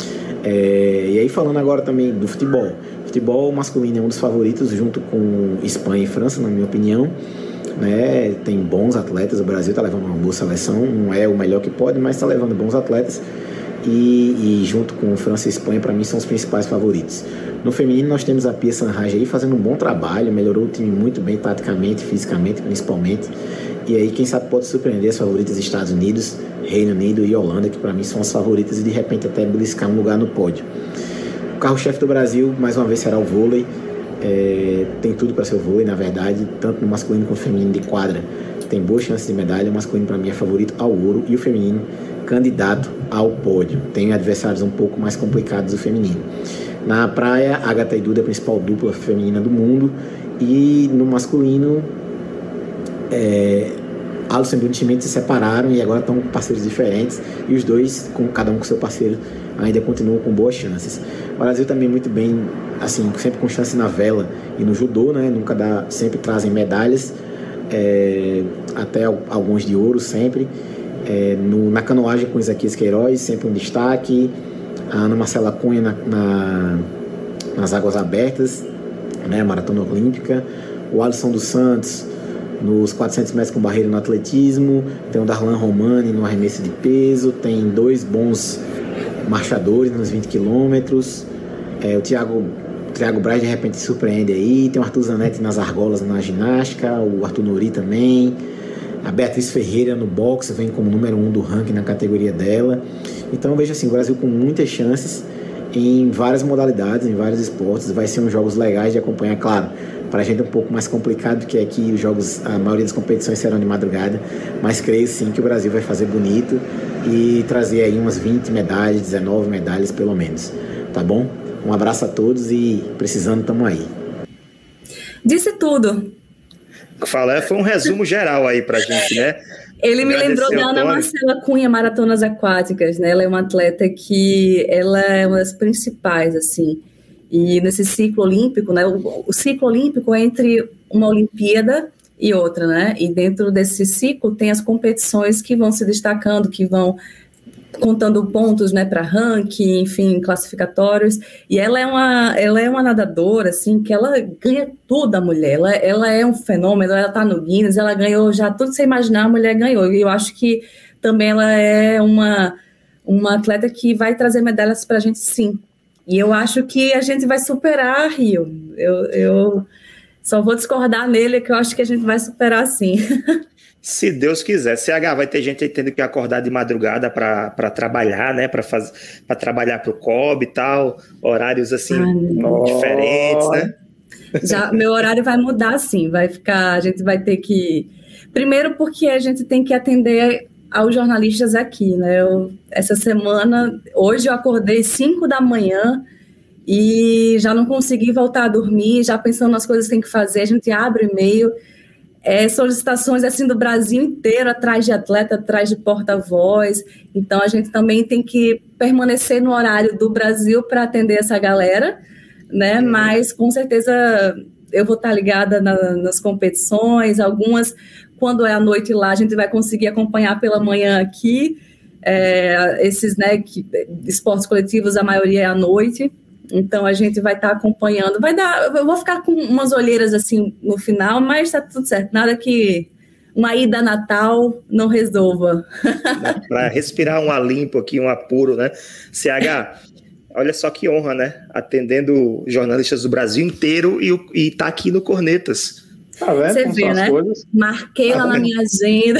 É, e aí falando agora também do futebol, futebol masculino é um dos favoritos junto com Espanha e França, na minha opinião, né? Tem bons atletas, o Brasil está levando uma boa seleção, não é o melhor que pode, mas está levando bons atletas, e, e junto com França e Espanha, para mim, são os principais favoritos. No feminino, nós temos a Pia Sanraj aí fazendo um bom trabalho, melhorou o time muito bem, taticamente, fisicamente, principalmente. E aí, quem sabe, pode surpreender as favoritas Estados Unidos, Reino Unido e Holanda, que para mim são as favoritas, e de repente até beliscar um lugar no pódio. O carro-chefe do Brasil, mais uma vez, será o vôlei. é, tem tudo para ser o vôlei, na verdade, tanto no masculino quanto no feminino de quadra. Tem boas chances de medalha. O masculino, para mim, é favorito ao ouro e o feminino, candidato ao pódio. Tem adversários um pouco mais complicados do feminino. Na praia, Agatha e Duda é a principal dupla feminina do mundo. E no masculino, é, Alisson e Bruno Schmidt se separaram e agora estão com parceiros diferentes. E os dois, com, cada um com seu parceiro, ainda continuam com boas chances. O Brasil também muito bem, assim, sempre com chance na vela e no judô, né? Nunca dá, sempre trazem medalhas, é, até alguns de ouro sempre. É, no, na canoagem com Isaquias Queiroz, sempre um destaque. A Ana Marcela Cunha na, na, nas águas abertas, né, maratona olímpica. O Alisson dos Santos nos quatrocentos metros com barreira no atletismo. Tem o Darlan Romani no arremesso de peso. Tem dois bons marchadores nos vinte quilômetros. É, o Thiago, o Thiago Braz de repente surpreende aí. Tem o Arthur Zanetti nas argolas na ginástica. O Arthur Nori também. A Beatriz Ferreira no boxe vem como número um do ranking na categoria dela. Então eu vejo assim, o Brasil com muitas chances em várias modalidades, em vários esportes. Vai ser uns jogos legais de acompanhar, claro. Para a gente é um pouco mais complicado, porque aqui os jogos, a maioria das competições serão de madrugada. Mas creio sim que o Brasil vai fazer bonito e trazer aí umas vinte medalhas, dezenove medalhas pelo menos. Tá bom? Um abraço a todos e precisando, estamos aí. Disse tudo. Fala, foi um resumo geral aí pra gente, né? Ele me lembrou da Ana Marcela Cunha, maratonas aquáticas, né? Ela é uma atleta que ela é uma das principais, assim. E nesse ciclo olímpico, né? O, o ciclo olímpico é entre uma Olimpíada e outra, né? E dentro desse ciclo tem as competições que vão se destacando, que vão contando pontos, né, para ranking, enfim, classificatórios, e ela é uma, ela é uma nadadora, assim, que ela ganha tudo, a mulher, ela, ela é um fenômeno, ela tá no Guinness, ela ganhou já tudo que você imaginar, a mulher ganhou, e eu acho que também ela é uma, uma atleta que vai trazer medalhas pra gente, sim, e eu acho que a gente vai superar a Rio, eu, eu só vou discordar nele, que eu acho que a gente vai superar, sim. Se Deus quiser. C H, vai ter gente aí tendo que acordar de madrugada para trabalhar, né? Para trabalhar para o C O B e tal, horários assim Ai, diferentes, né? Já, meu horário vai mudar, sim. Vai ficar, a gente vai ter que... Primeiro porque a gente tem que atender aos jornalistas aqui, né? Eu, essa semana, hoje eu acordei cinco da manhã e já não consegui voltar a dormir, já pensando nas coisas que tem que fazer, a gente abre e-mail... É, solicitações assim do Brasil inteiro, atrás de atleta, atrás de porta-voz, então a gente também tem que permanecer no horário do Brasil para atender essa galera, né, uhum. Mas com certeza eu vou estar ligada na, nas competições, algumas, quando é à noite lá, a gente vai conseguir acompanhar pela manhã aqui, é, esses, né, que, esportes coletivos, a maioria é à noite. Então, a gente vai estar tá acompanhando. Vai dar, eu vou ficar com umas olheiras assim no final, mas tá tudo certo. Nada que uma ida a Natal não resolva. Para respirar um alimpo aqui, um apuro, né? C H, olha só que honra, né? Atendendo jornalistas do Brasil inteiro e, e tá aqui no Cornetas. Tá vendo? Você vê, né? Coisas. Marquei tá lá vendo? Na minha agenda.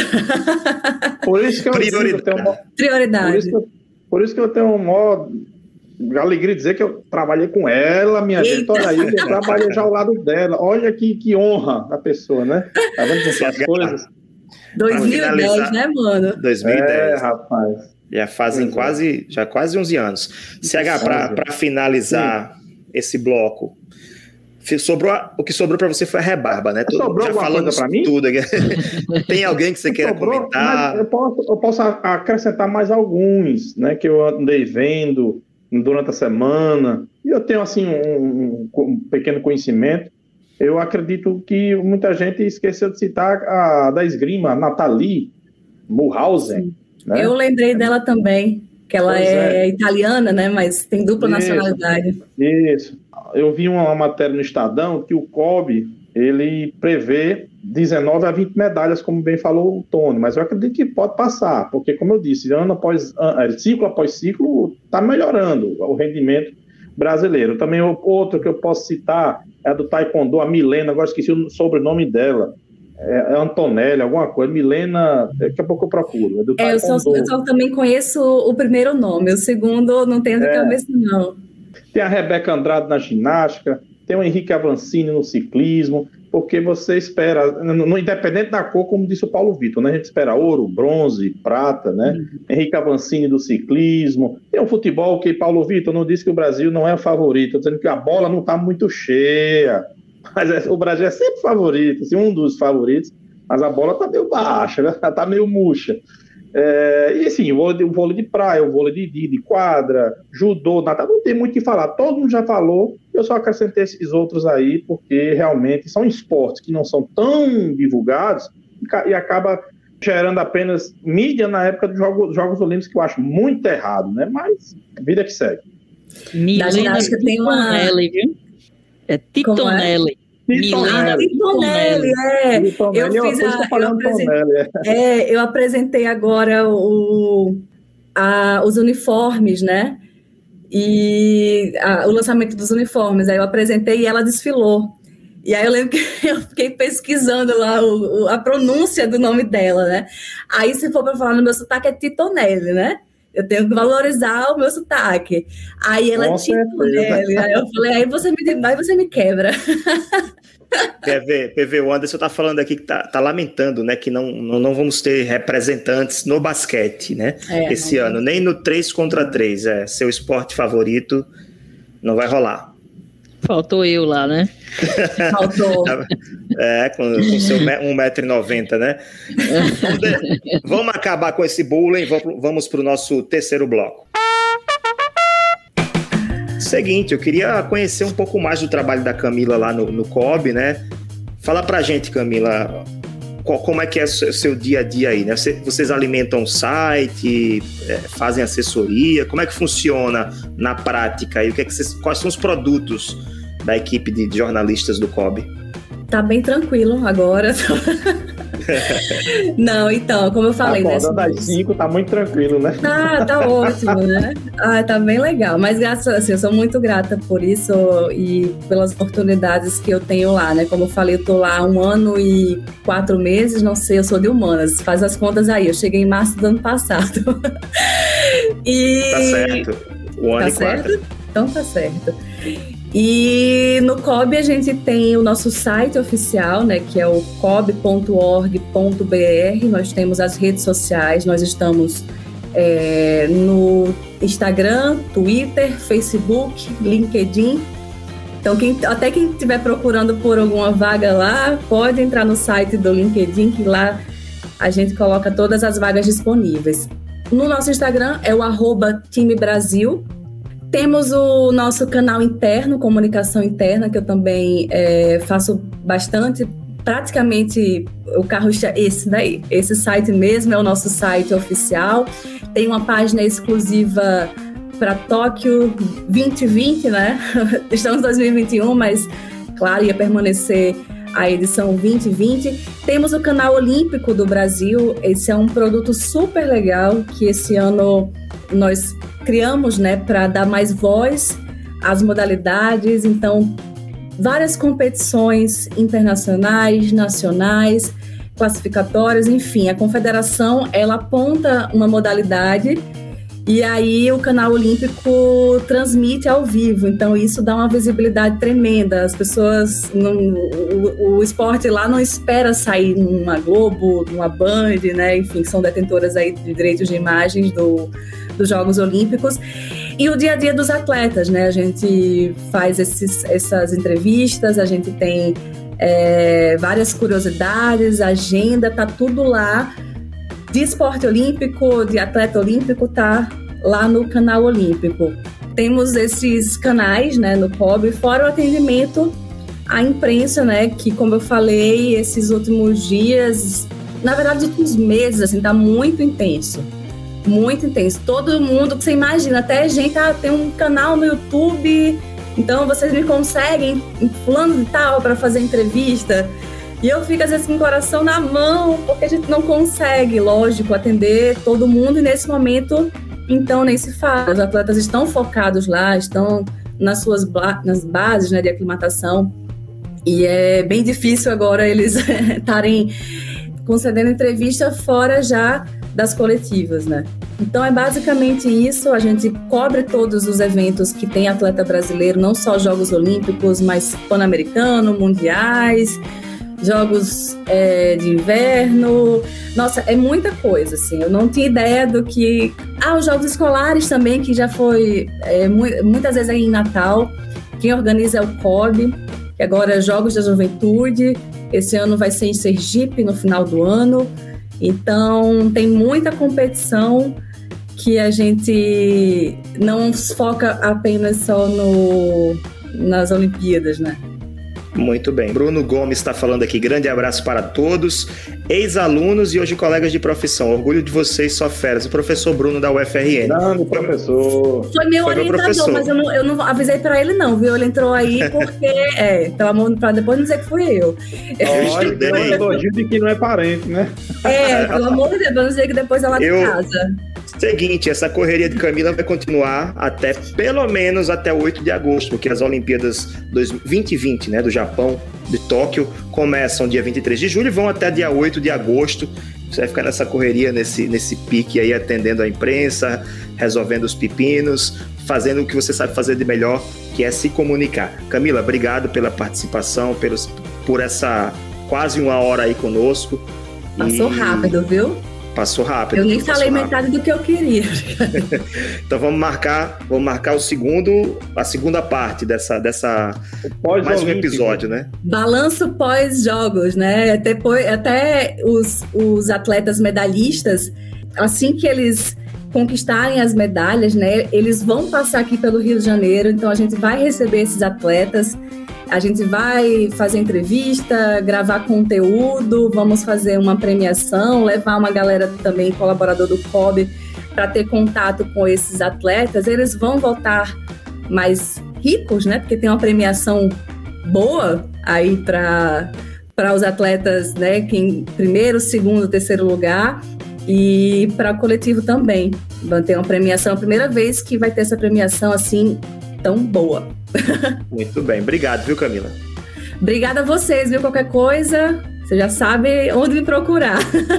Por isso que eu Prioridade. Tenho uma... Prioridade. Por isso, que eu... Por isso que eu tenho um modo... alegria dizer que eu trabalhei com ela, minha Eita. gente, olha aí, eu trabalhei já ao lado dela, olha que, que honra da pessoa, né? Tá vendo essas coisas? dois mil e dez, né, mano? dois mil e dez. É, rapaz. Já fazem é. quase, já quase onze anos. C H, para finalizar Sim. esse bloco, sobrou, o que sobrou para você foi a rebarba, né? Sobrou já falamos para mim? Tudo aqui. Tem alguém que você queira sobrou, comentar? Eu posso, eu posso acrescentar mais alguns, né, que eu andei vendo durante a semana, e eu tenho assim um, um pequeno conhecimento. Eu acredito que muita gente esqueceu de citar a da esgrima, a Nathalie Mulhausen, né? Eu lembrei dela também, que ela é, é italiana, né, mas tem dupla isso, nacionalidade. Isso. Eu vi uma matéria no Estadão que o C O B, ele prevê dezenove a vinte medalhas, como bem falou o Tony, mas eu acredito que pode passar, porque, como eu disse, ano após ano, ciclo após ciclo, está melhorando o rendimento brasileiro. Também outro que eu posso citar é a do Taekwondo, a Milena, agora esqueci o sobrenome dela, é Antonelli, alguma coisa, Milena, daqui a pouco eu procuro. É do é, eu, só, eu só também conheço o primeiro nome, o segundo não tenho de é, cabeça, não. Tem a Rebeca Andrade na ginástica, tem o Henrique Avancini no ciclismo, porque você espera, no, no, independente da cor, como disse o Paulo Vitor, né? A gente espera ouro, bronze, prata, né? Uhum. Henrique Avancini do ciclismo. Tem o futebol que Paulo Vitor não disse que o Brasil não é o favorito, dizendo que a bola não está muito cheia, mas é, o Brasil é sempre favorito, assim, um dos favoritos, mas a bola está meio baixa, está meio murcha. É, e assim, o vôlei, o vôlei de praia, o vôlei de, de, de quadra, judô, nada, não tem muito o que falar, todo mundo já falou, eu só acrescentei esses outros aí, porque realmente são esportes que não são tão divulgados e, e acaba gerando apenas mídia na época dos Jogos, Jogos Olímpicos, que eu acho muito errado, né? Mas vida que segue. Milena ginástica tem uma... viu? É Titonelli. Ah, Titonelli, é. Titonelli, eu, fiz a, eu, apresentei, é, eu apresentei agora o, a, os uniformes, né? E a, o lançamento dos uniformes. Aí eu apresentei e ela desfilou. E aí eu lembro que eu fiquei pesquisando lá o, o, a pronúncia do nome dela, né? Aí, se for para falar no meu sotaque, é Titonelli, né? Eu tenho que valorizar o meu sotaque. Aí ela é Titonelli. Aí eu falei, aí você me, aí você me quebra. P V, P V, o Anderson tá falando aqui que tá, tá lamentando, né, que não, não, não vamos ter representantes no basquete, né, é, esse ano, nem no três contra três, é, seu esporte favorito não vai rolar. Faltou eu lá, né? Faltou. É, com, com seu um metro e noventa, né? Vamos acabar com esse bullying, vamos para o nosso terceiro bloco. Seguinte, eu queria conhecer um pouco mais do trabalho da Camila lá no, no C O B, né? Fala pra gente, Camila, qual, como é que é o seu, seu dia a dia aí, né? Vocês, vocês alimentam o site, é, fazem assessoria, como é que funciona na prática aí? O que é que vocês, quais são os produtos da equipe de, de jornalistas do C O B? Tá bem tranquilo agora. Não, então, como eu falei, né? Das cinco tá muito tranquilo, né? Tá, tá ótimo, né? Ah, tá bem legal. Mas graças a Deus, assim, eu sou muito grata por isso e pelas oportunidades que eu tenho lá, né? Como eu falei, eu tô lá há um ano e quatro meses, não sei, eu sou de humanas. Faz as contas aí, eu cheguei em março do ano passado. E... Tá certo. Um ano tá e certo? quatro. Então tá certo. E no C O B a gente tem o nosso site oficial, né, que é o cob ponto org ponto br. Nós temos as redes sociais, nós estamos é, no Instagram, Twitter, Facebook, LinkedIn. Então, quem, até quem estiver procurando por alguma vaga lá, pode entrar no site do LinkedIn, que lá a gente coloca todas as vagas disponíveis. No nosso Instagram é o arroba Time Brasil. Temos o nosso canal interno, Comunicação Interna, que eu também é, faço bastante, praticamente o carro é esse daí. Esse site mesmo é o nosso site oficial. Tem uma página exclusiva para Tóquio vinte vinte, né? Estamos em dois mil e vinte e um, mas, claro, ia permanecer a edição vinte vinte. Temos o canal Olímpico do Brasil. Esse é um produto super legal que esse ano nós criamos, né, para dar mais voz às modalidades. Então, várias competições internacionais, nacionais, classificatórias, enfim, a confederação, ela aponta uma modalidade e aí o canal Olímpico transmite ao vivo. Então, isso dá uma visibilidade tremenda. As pessoas, não, o, o esporte lá não espera sair numa Globo, numa Band, né, enfim, que são detentoras aí de direitos de imagens do dos Jogos Olímpicos, e o dia a dia dos atletas, né? A gente faz esses, essas entrevistas, a gente tem é, várias curiosidades, agenda, tá tudo lá, de esporte olímpico, de atleta olímpico, tá lá no canal Olímpico. Temos esses canais, né, no C O B, fora o atendimento à imprensa, né, que, como eu falei, esses últimos dias, na verdade, os últimos meses, assim, tá muito intenso. Muito intenso. Todo mundo, você imagina, até gente, ah, tem um canal no YouTube, então vocês me conseguem fulano e tal para fazer entrevista. E eu fico às vezes com o coração na mão, porque a gente não consegue, lógico, atender todo mundo. E nesse momento, então, nem se fala. Os atletas estão focados lá, estão nas suas nas bases, né, de aclimatação. E é bem difícil agora eles estarem concedendo entrevista fora já das coletivas, né? Então é basicamente isso, a gente cobre todos os eventos que tem atleta brasileiro, não só Jogos Olímpicos, mas Pan-Americano, Mundiais, Jogos é, de Inverno. Nossa, é muita coisa, assim, eu não tinha ideia do que... Ah, os Jogos Escolares também, que já foi é, mu- muitas vezes aí em Natal, quem organiza é o C O B, que agora é Jogos da Juventude, esse ano vai ser em Sergipe, no final do ano. Então, tem muita competição que a gente não foca apenas só no, nas Olimpíadas, né? Muito bem. Bruno Gomes está falando aqui. Grande abraço para todos. Ex-alunos e hoje colegas de profissão. Orgulho de vocês, só feras. O professor Bruno da U F R N. Grande professor. Foi meu Foi meu orientador, professor. mas eu não, eu não avisei para ele não, viu? Ele entrou aí porque, é, pelo amor, para depois não dizer que fui eu. Olha, tem um elogio de que não é parente, né? É, pelo amor de Deus, para não dizer que depois é lá de Eu- casa. Seguinte, essa correria de Camila vai continuar até, pelo menos, até oito de agosto, porque as Olimpíadas dois mil e vinte, né, do Japão, de Tóquio, começam dia vinte e três de julho e vão até dia oito de agosto. Você vai ficar nessa correria, nesse, nesse pique aí, atendendo a imprensa, resolvendo os pepinos, fazendo o que você sabe fazer de melhor, que é se comunicar. Camila, obrigado pela participação, pelos, por essa quase uma hora aí conosco. Passou E- rápido, viu? Passou rápido. Eu nem passou falei rápido. metade do que eu queria. Então vamos marcar, vamos marcar o segundo, a segunda parte dessa, dessa mais um Pós-olímpico. episódio, né? Balanço pós-jogos, né? Depois, até os, os atletas medalhistas, assim que eles conquistarem as medalhas, né? Eles vão passar aqui pelo Rio de Janeiro, então a gente vai receber esses atletas, a gente vai fazer entrevista, gravar conteúdo, vamos fazer uma premiação, levar uma galera também, colaborador do C O B, para ter contato com esses atletas. Eles vão voltar mais ricos, né? Porque tem uma premiação boa aí para para os atletas, né? Que em primeiro, segundo, terceiro lugar, e para o coletivo também. Vai ter uma premiação, a primeira vez que vai ter essa premiação assim tão boa. Muito bem, obrigado, viu, Camila? Obrigada a vocês, viu? Qualquer coisa, você já sabe onde me procurar.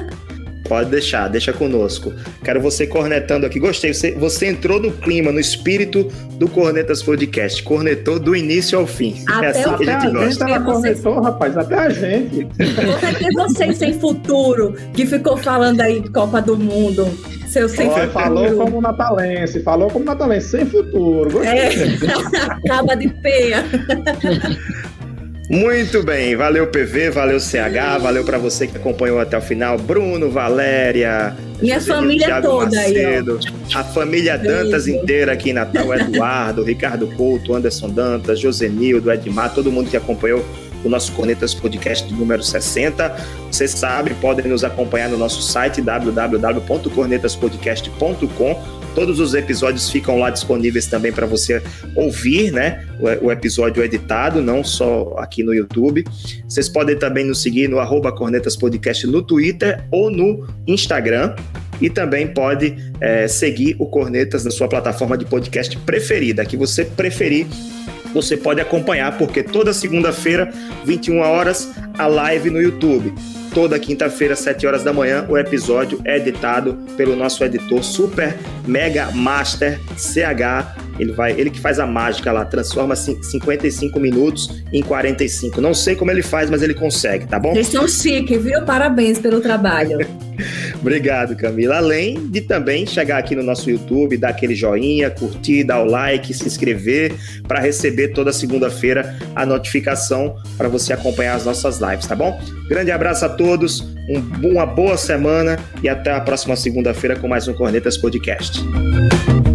Pode deixar, deixa conosco. Quero você cornetando aqui. Gostei, você, você entrou no clima, no espírito do Cornetas Podcast. Cornetou do início ao fim. Até é assim o que a Até gente a gente gosta. ela cornetou, rapaz, até a gente. Você ter vocês sem futuro, que ficou falando aí de Copa do Mundo, seu sem Olha, futuro. falou como natalense, falou como natalense, sem futuro. Gostei. É, acaba de peia. Muito bem, valeu P V, valeu C H, valeu pra você que acompanhou até o final, Bruno, Valéria, Minha Joselino, família Thiago toda aí, Macedo, a família Dantas Beijo. inteira aqui em Natal, Eduardo, Ricardo Couto, Anderson Dantas, Josenildo, Edmar, todo mundo que acompanhou o nosso Cornetas Podcast de número sessenta. Vocês sabem, podem nos acompanhar no nosso site w w w ponto cornetas podcast ponto com. Todos os episódios ficam lá disponíveis também para você ouvir, né? O, o episódio editado, não só aqui no YouTube. Vocês podem também nos seguir no arroba Cornetas Podcast no Twitter ou no Instagram. E também pode é, seguir o Cornetas na sua plataforma de podcast preferida, que você preferir. Você pode acompanhar, porque toda segunda-feira, vinte e uma horas, a live no YouTube. Toda quinta-feira, sete horas da manhã, o episódio é editado pelo nosso editor Super Mega Master C H. Ele, vai, ele que faz a mágica lá, transforma cinquenta e cinco minutos em quarenta e cinco. Não sei como ele faz, mas ele consegue, tá bom? Vocês são chiques, viu? Parabéns pelo trabalho. Obrigado, Camila. Além de também chegar aqui no nosso YouTube, dar aquele joinha, curtir, dar o like, se inscrever, para receber toda segunda-feira a notificação para você acompanhar as nossas lives, tá bom? Grande abraço a todos, um, uma boa semana e até a próxima segunda-feira com mais um Cornetas Podcast.